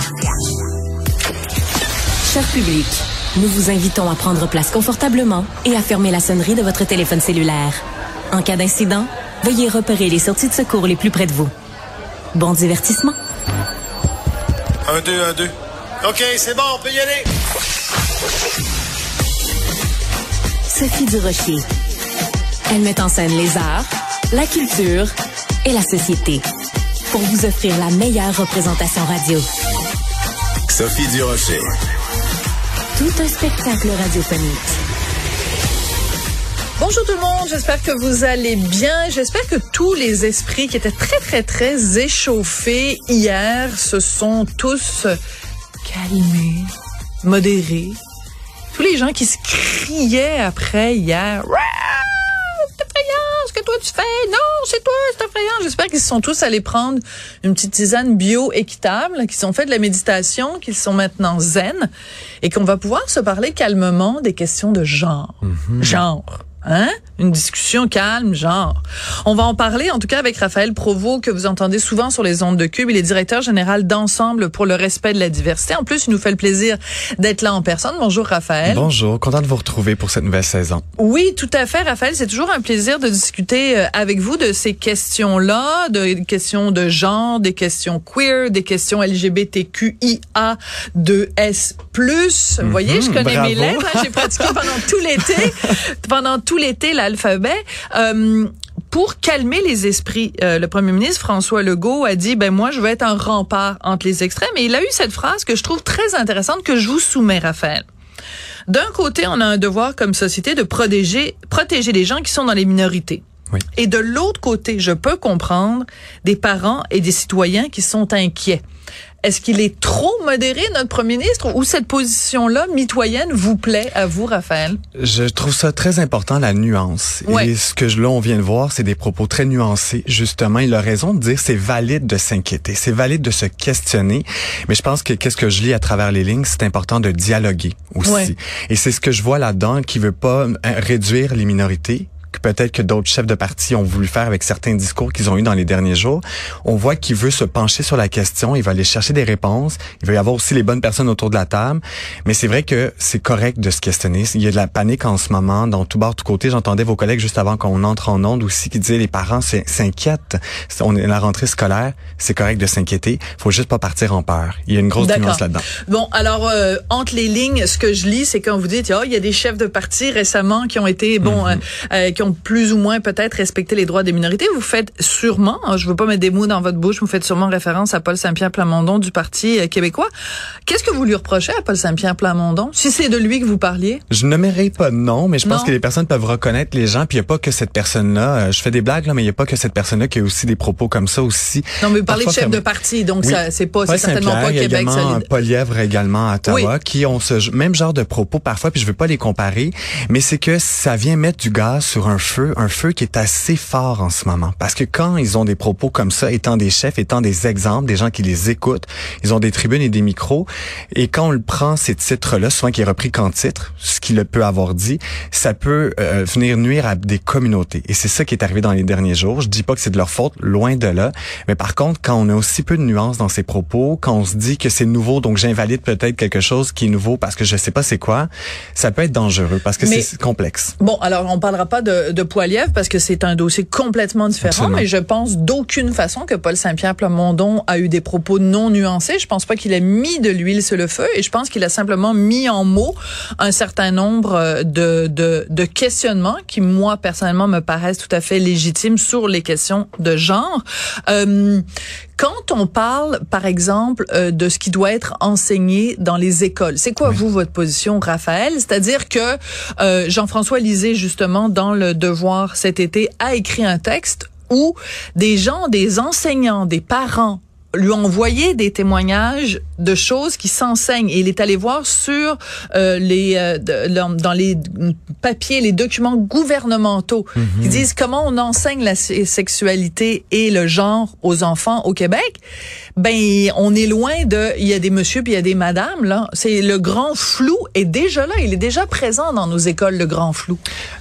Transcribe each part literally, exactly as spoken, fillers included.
Cher public, nous vous invitons à prendre place confortablement et à fermer la sonnerie de votre téléphone cellulaire. En cas d'incident, veuillez repérer les sorties de secours les plus près de vous. Bon divertissement. Un, deux, un, deux. OK, c'est bon, on peut y aller. Sophie Durocher. Elle met en scène les arts, la culture et la société pour vous offrir la meilleure représentation radio. Sophie Durocher. Tout un spectacle radiophonique. Bonjour tout le monde, j'espère que vous allez bien. J'espère que tous les esprits qui étaient très, très, très échauffés hier se sont tous calmés, modérés. Tous les gens qui se criaient après hier. C'est effrayant ce que toi tu fais. Non, c'est toi, c'est effrayant. J'espère qu'ils se sont tous allés prendre une petite tisane bio équitable, qu'ils ont fait de la méditation, qu'ils sont maintenant zen et qu'on va pouvoir se parler calmement des questions de genre. Mm-hmm. Genre. Hein? Une discussion calme, genre. On va en parler, en tout cas, avec Raphaël Provost, que vous entendez souvent sur les ondes de Cube. Il est directeur général d'Ensemble pour le respect de la diversité. En plus, il nous fait le plaisir d'être là en personne. Bonjour, Raphaël. Bonjour, content de vous retrouver pour cette nouvelle saison. Oui, tout à fait, Raphaël. C'est toujours un plaisir de discuter avec vous de ces questions-là, de questions de genre, des questions queer, des questions L G B T Q I A deux S plus. Vous mm-hmm, voyez, je connais bravo. mes lettres. Hein, j'ai pratiqué pendant tout l'été. pendant tout l'été, l'alphabet. Euh, pour calmer les esprits, euh, le premier ministre François Legault a dit, ben moi, je vais être un rempart entre les extrêmes. Et il a eu cette phrase que je trouve très intéressante, que je vous soumets, Raphaël. D'un côté, on a un devoir comme société de protéger, protéger les gens qui sont dans les minorités. Oui. Et de l'autre côté, je peux comprendre des parents et des citoyens qui sont inquiets. Est-ce qu'il est trop modéré, notre premier ministre, ou cette position-là, mitoyenne, vous plaît à vous, Raphaël? Je trouve ça très important, la nuance. Ouais. Et ce que là, on vient de voir, c'est des propos très nuancés. Justement, il a raison de dire c'est valide de s'inquiéter, c'est valide de se questionner. Mais je pense que qu'est-ce que je lis à travers les lignes, c'est important de dialoguer aussi. Ouais. Et c'est ce que je vois là-dedans, qui veut pas réduire les minorités, que peut-être que d'autres chefs de parti ont voulu faire avec certains discours qu'ils ont eu dans les derniers jours. On voit qu'il veut se pencher sur la question, il va aller chercher des réponses, il va y avoir aussi les bonnes personnes autour de la table, mais c'est vrai que c'est correct de se questionner. Il y a de la panique en ce moment, dans tout bord, tout côté. J'entendais vos collègues juste avant qu'on entre en onde aussi qui disaient les parents s'inquiètent. On est à la rentrée scolaire, c'est correct de s'inquiéter, faut juste pas partir en peur. Il y a une grosse D'accord. nuance là-dedans. Bon, alors, euh, entre les lignes, ce que je lis, c'est quand vous dites, oh, il y a des chefs de parti récemment qui ont été, bon, mm-hmm. euh, qui ont plus ou moins peut-être respecté les droits des minorités. Vous faites sûrement, je veux pas mettre des mots dans votre bouche, vous faites sûrement référence à Paul Saint-Pierre Plamondon du Parti québécois. Qu'est-ce que vous lui reprochez à Paul Saint-Pierre Plamondon, si c'est de lui que vous parliez? Je ne nommerai pas de nom, mais je pense non. que les personnes peuvent reconnaître les gens, puis il n'y a pas que cette personne-là. Euh, je fais des blagues, là, mais il n'y a pas que cette personne-là qui a aussi des propos comme ça aussi. Non, mais vous parlez de chef comme... de parti, donc oui. ça, c'est pas, Paul c'est certainement pas Québec également, solide. Paul Lièvre également à Ottawa, oui. qui ont ce même genre de propos parfois, puis je veux pas les comparer, mais c'est que ça vient mettre du gaz sur un feu, un feu qui est assez fort en ce moment. Parce que quand ils ont des propos comme ça, étant des chefs, étant des exemples, des gens qui les écoutent, ils ont des tribunes et des micros, et quand on le prend, ces titres-là, souvent qui est repris qu'en titre, ce qu'il peut avoir dit, ça peut euh, venir nuire à des communautés. Et c'est ça qui est arrivé dans les derniers jours. Je dis pas que c'est de leur faute, loin de là. Mais par contre, quand on a aussi peu de nuances dans ces propos, quand on se dit que c'est nouveau, donc j'invalide peut-être quelque chose qui est nouveau parce que je sais pas c'est quoi, ça peut être dangereux parce que mais, c'est complexe. Bon, alors on parlera pas de, de Poilievre parce que c'est un dossier complètement différent, Absolument. mais je pense d'aucune façon que Paul Saint-Pierre Plamondon a eu des propos non nuancés. Je pense pas qu'il a mis de l'huile sur le feu et je pense qu'il a simplement mis en mots un certain nombre de, de, de questionnements qui, moi, personnellement, me paraissent tout à fait légitimes sur les questions de genre. Euh, Quand on parle, par exemple, euh, de ce qui doit être enseigné dans les écoles, c'est quoi, oui. vous, votre position, Raphaël? C'est-à-dire que euh, Jean-François Lisée, justement, dans Le Devoir cet été, a écrit un texte où des gens, des enseignants, des parents lui ont envoyé des témoignages de choses qui s'enseignent et il est allé voir sur euh, les euh, de, dans les papiers, les documents gouvernementaux mm-hmm. qui disent comment on enseigne la sexualité et le genre aux enfants au Québec. Ben on est loin de il y a des messieurs puis il y a des madames là, c'est le grand flou est déjà là, il est déjà présent dans nos écoles, le grand flou.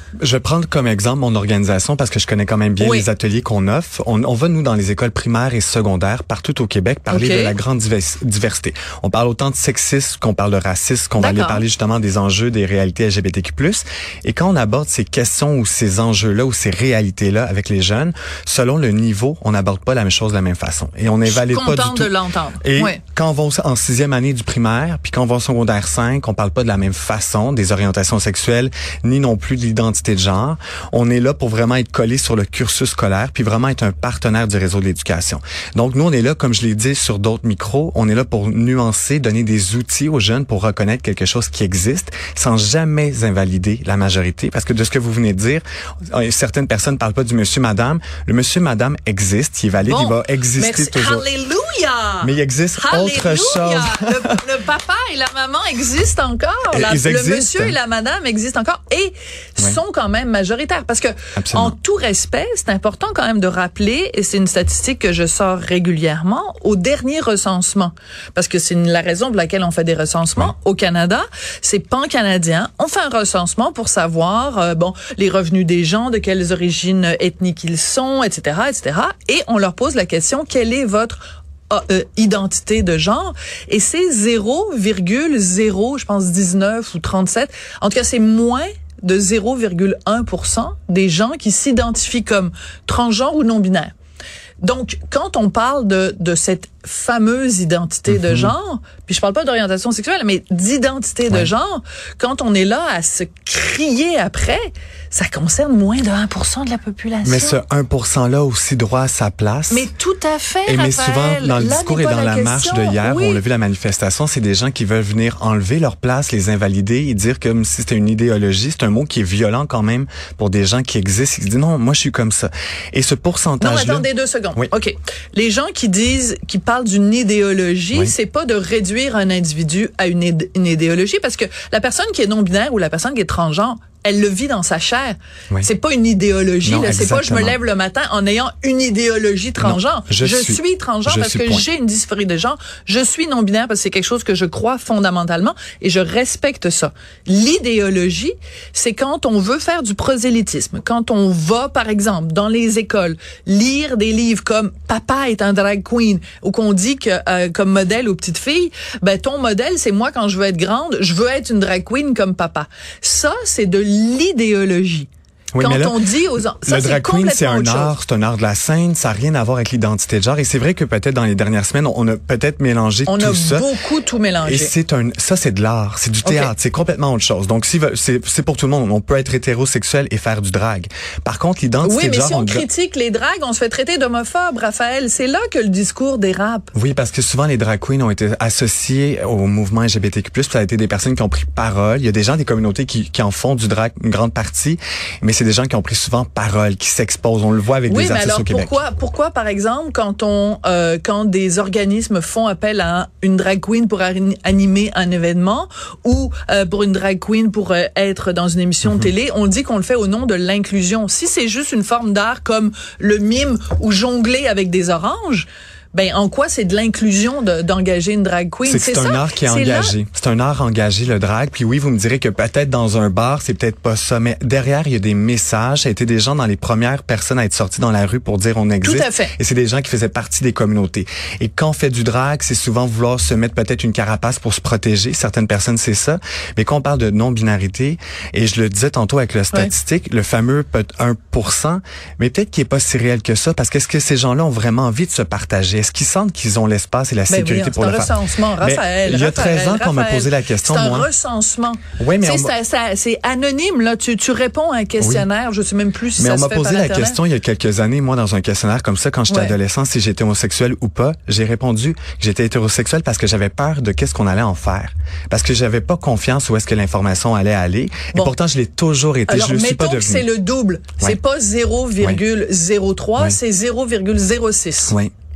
Je vais prendre comme exemple mon organisation parce que je connais quand même bien oui. les ateliers qu'on offre. On, on va, nous, dans les écoles primaires et secondaires, partout au Québec, parler okay. de la grande diversité. On parle autant de sexisme qu'on parle de racisme, qu'on va aller parler justement des enjeux, des réalités L G B T Q plus. Et quand on aborde ces questions ou ces enjeux-là ou ces réalités-là avec les jeunes, selon le niveau, on n'aborde pas la même chose de la même façon. Et on n'évalue pas du tout. Je suis contente de l'entendre. Et oui. quand on va en sixième année du primaire, puis quand on va en secondaire cinq, on parle pas de la même façon des orientations sexuelles, ni non plus de l'identité de genre. On est là pour vraiment être collé sur le cursus scolaire, puis vraiment être un partenaire du réseau de l'éducation. Donc, nous, on est là, comme je l'ai dit sur d'autres micros, on est là pour nuancer, donner des outils aux jeunes pour reconnaître quelque chose qui existe, sans jamais invalider la majorité. Parce que de ce que vous venez de dire, certaines personnes parlent pas du monsieur, madame. Le monsieur, madame existe, il est valide, bon, il va exister merci, toujours. Alléluia! Mais il existe Alléluia! Autre chose. Le, le papa et la maman existent encore. La, Ils le existent. monsieur et la madame existent encore et oui. sont quand même majoritaires. Parce que, Absolument. en tout respect, c'est important quand même de rappeler, et c'est une statistique que je sors régulièrement, au dernier recensement. Parce que c'est une, la raison pour laquelle on fait des recensements oui. au Canada. C'est pan-canadien. On fait un recensement pour savoir, euh, bon, les revenus des gens, de quelles origines ethniques ils sont, et cetera, et cetera. Et on leur pose la question, quelle est votre Euh, identité de genre, et c'est zéro virgule zéro, je pense dix-neuf ou trente-sept. En tout cas, c'est moins de zéro virgule un pour cent des gens qui s'identifient comme transgenres ou non-binaires. Donc, quand on parle de, de cette fameuse identité mm-hmm. de genre, puis je parle pas d'orientation sexuelle, mais d'identité ouais. de genre, quand on est là à se crier après, ça concerne moins de un pour cent de la population. Mais ce un pour cent-là a aussi droit à sa place. Mais tout à fait, Et Raphaël. Mais souvent, dans le là discours et dans la, la marche de hier, oui. où on a vu la manifestation, c'est des gens qui veulent venir enlever leur place, les invalider et dire comme si c'était une idéologie. C'est un mot qui est violent quand même pour des gens qui existent. Ils se disent non, moi je suis comme ça. Et ce pourcentage-là... Non, attendez deux secondes. Oui. OK. Les gens qui disent, qui parlent d'une idéologie, oui. c'est pas de réduire un individu à une, id- une idéologie, parce que la personne qui est non-binaire ou la personne qui est transgenre, elle le vit dans sa chair. Oui. C'est pas une idéologie. Non, là. C'est pas je me lève le matin en ayant une idéologie transgenre. Non, je, je suis, suis transgenre je parce suis que point. J'ai une dysphorie de genre. Je suis non-binaire parce que c'est quelque chose que je crois fondamentalement et je respecte ça. L'idéologie, c'est quand on veut faire du prosélytisme. Quand on va, par exemple, dans les écoles, lire des livres comme « Papa est un drag queen » ou qu'on dit que euh, comme modèle aux petites filles, ben ton modèle, c'est moi quand je veux être grande, je veux être une drag queen comme papa. Ça, c'est de l'idéologie. Oui, quand là, on dit aux ça, le drag queen, c'est un art, chose. c'est un art de la scène, ça n'a rien à voir avec l'identité de genre. Et c'est vrai que peut-être dans les dernières semaines, on a peut-être mélangé on tout ça. On a beaucoup tout mélangé. Et c'est un, ça c'est de l'art, c'est du théâtre, okay. c'est complètement autre chose. Donc si c'est, c'est pour tout le monde, on peut être hétérosexuel et faire du drag. Par contre, l'identité oui, de genre, oui, mais si on, on critique les drags, on se fait traiter d'homophobe, Raphaël. C'est là que le discours dérape. Oui, parce que souvent les drag queens ont été associés au mouvement L G B T Q plus, ça a été des personnes qui ont pris parole. Il y a des gens des communautés qui, qui en font du drag une grande partie, mais c'est des gens qui ont pris souvent parole, qui s'exposent. On le voit avec oui, des artistes alors au Québec. Pourquoi, pourquoi, par exemple, quand on, euh, quand des organismes font appel à une drag queen pour animer un événement ou euh, pour une drag queen pour euh, être dans une émission mm-hmm. de télé, on dit qu'on le fait au nom de l'inclusion. Si c'est juste une forme d'art comme le mime ou jongler avec des oranges, ben en quoi c'est de l'inclusion de, d'engager une drag queen? C'est, c'est, c'est un art qui est, c'est engagé. Là. C'est un art engagé, le drag. Puis oui, vous me direz que peut-être dans un bar, c'est peut-être pas ça. Mais derrière, il y a des messages. Ça a été des gens dans les premières personnes à être sortis dans la rue pour dire on existe. Tout à fait. Et c'est des gens qui faisaient partie des communautés. Et quand on fait du drag, c'est souvent vouloir se mettre peut-être une carapace pour se protéger. Certaines personnes, c'est ça. Mais quand on parle de non-binarité, et je le disais tantôt avec la statistique, ouais. le fameux un pour cent, mais peut-être qu'il est pas si réel que ça. Parce qu'est-ce que ces gens-là ont vraiment envie de se partager? Est-ce qu'ils sentent qu'ils ont l'espace et la sécurité ben oui, pour le faire? C'est un recensement, Raphaël. Mais il y a Raphaël, treize ans Raphaël, qu'on m'a posé la question, c'est moi. C'est un recensement. Oui, mais on ça, ça, c'est anonyme, là. Tu, tu réponds à un questionnaire. Oui. Je sais même plus si mais ça se fait par Mais on m'a posé la Internet. question il y a quelques années, moi, dans un questionnaire comme ça, quand j'étais ouais. adolescent, si j'étais homosexuel ou pas. J'ai répondu que j'étais hétérosexuel parce que j'avais peur de qu'est-ce qu'on allait en faire. Parce que j'avais pas confiance où est-ce que l'information allait aller. Bon. Et pourtant, je l'ai toujours été. Alors, je le suis pas devenu. mettons que c'est le double. Ouais. C'est pas zéro virgule zéro trois, ouais. c'est zéro virgule zéro six. Oui. Hey.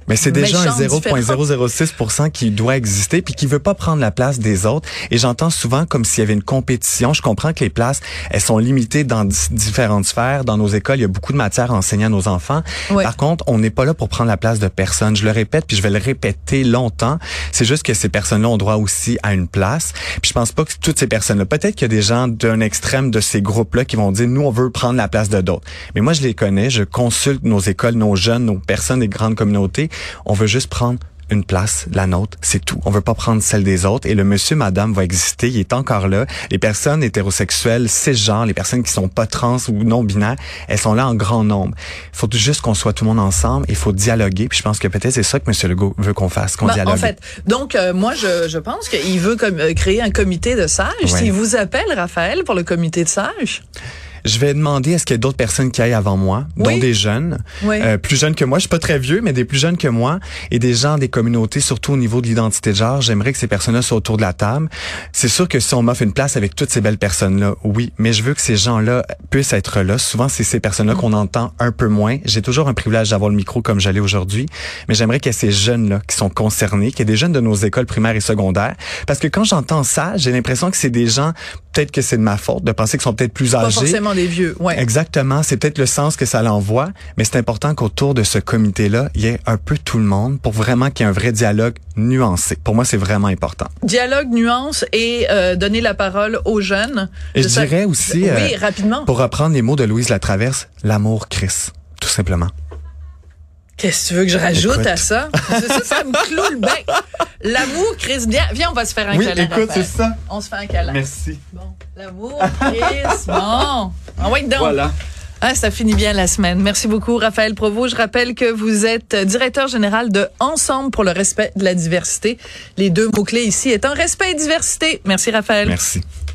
Mais c'est déjà un zéro virgule zéro zéro six pour cent qui doit exister puis qui veut pas prendre la place des autres. Et j'entends souvent comme s'il y avait une compétition. Je comprends que les places, elles sont limitées dans d- différentes sphères. Dans nos écoles, il y a beaucoup de matières à enseigner à nos enfants. Oui. Par contre, on n'est pas là pour prendre la place de personne. Je le répète puis je vais le répéter longtemps. C'est juste que ces personnes-là ont droit aussi à une place. Puis je pense pas que toutes ces personnes-là, peut-être qu'il y a des gens d'un extrême de ces groupes-là qui vont dire, nous, on veut prendre la place de d'autres. Mais moi, je les connais. Je consulte nos écoles, nos jeunes, nos personnes des grandes communautés. On veut juste prendre une place, la nôtre, c'est tout. On veut pas prendre celle des autres. Et le monsieur, madame va exister, il est encore là. Les personnes hétérosexuelles, cisgenres, les personnes qui sont pas trans ou non-binaires, elles sont là en grand nombre. Il faut juste qu'on soit tout le monde ensemble, il faut dialoguer. Puis je pense que peut-être c'est ça que monsieur Legault veut qu'on fasse, qu'on ben, dialogue. En fait, donc euh, moi, je, je pense qu'il veut comme, euh, créer un comité de sages. Ouais. S'il vous appelle, Raphaël, pour le comité de sages... Je vais demander est-ce qu'il y a d'autres personnes qui aillent avant moi, oui. dont des jeunes, oui. euh, plus jeunes que moi. Je suis pas très vieux, mais des plus jeunes que moi et des gens des communautés, surtout au niveau de l'identité de genre. J'aimerais que ces personnes-là soient autour de la table. C'est sûr que si on m'offre une place avec toutes ces belles personnes-là, oui, mais je veux que ces gens-là puissent être là. Souvent, c'est ces personnes-là qu'on entend un peu moins. J'ai toujours un privilège d'avoir le micro comme j'allais aujourd'hui, mais j'aimerais qu'il y ait ces jeunes-là qui sont concernés, qu'il y ait des jeunes de nos écoles primaires et secondaires. Parce que quand j'entends ça, j'ai l'impression que c'est des gens, peut-être que c'est de ma faute, de penser qu'ils sont peut-être plus âgés. Pas forcément des vieux, ouais. Exactement, c'est peut-être le sens que ça l'envoie, mais c'est important qu'autour de ce comité-là, il y ait un peu tout le monde pour vraiment qu'il y ait un vrai dialogue nuancé. Pour moi, c'est vraiment important. Dialogue, nuance et euh, donner la parole aux jeunes. Et je, je dirais aussi, oui, euh, rapidement. pour reprendre les mots de Louise Latraverse, l'amour crisse, tout simplement. Qu'est-ce que tu veux que je rajoute Écoute. à ça? ça? Ça me cloue le bec. L'amour, Chris, viens, viens, on va se faire un oui, câlin. Oui, écoute, c'est ça. On se fait un câlin. Merci. Bon, l'amour, Chris, bon. Ah ouais, donc. Voilà. Ah, ça finit bien la semaine. Merci beaucoup, Raphaël Provost. Je rappelle que vous êtes directeur général de Ensemble pour le respect de la diversité. Les deux mots-clés ici étant respect et diversité. Merci, Raphaël. Merci.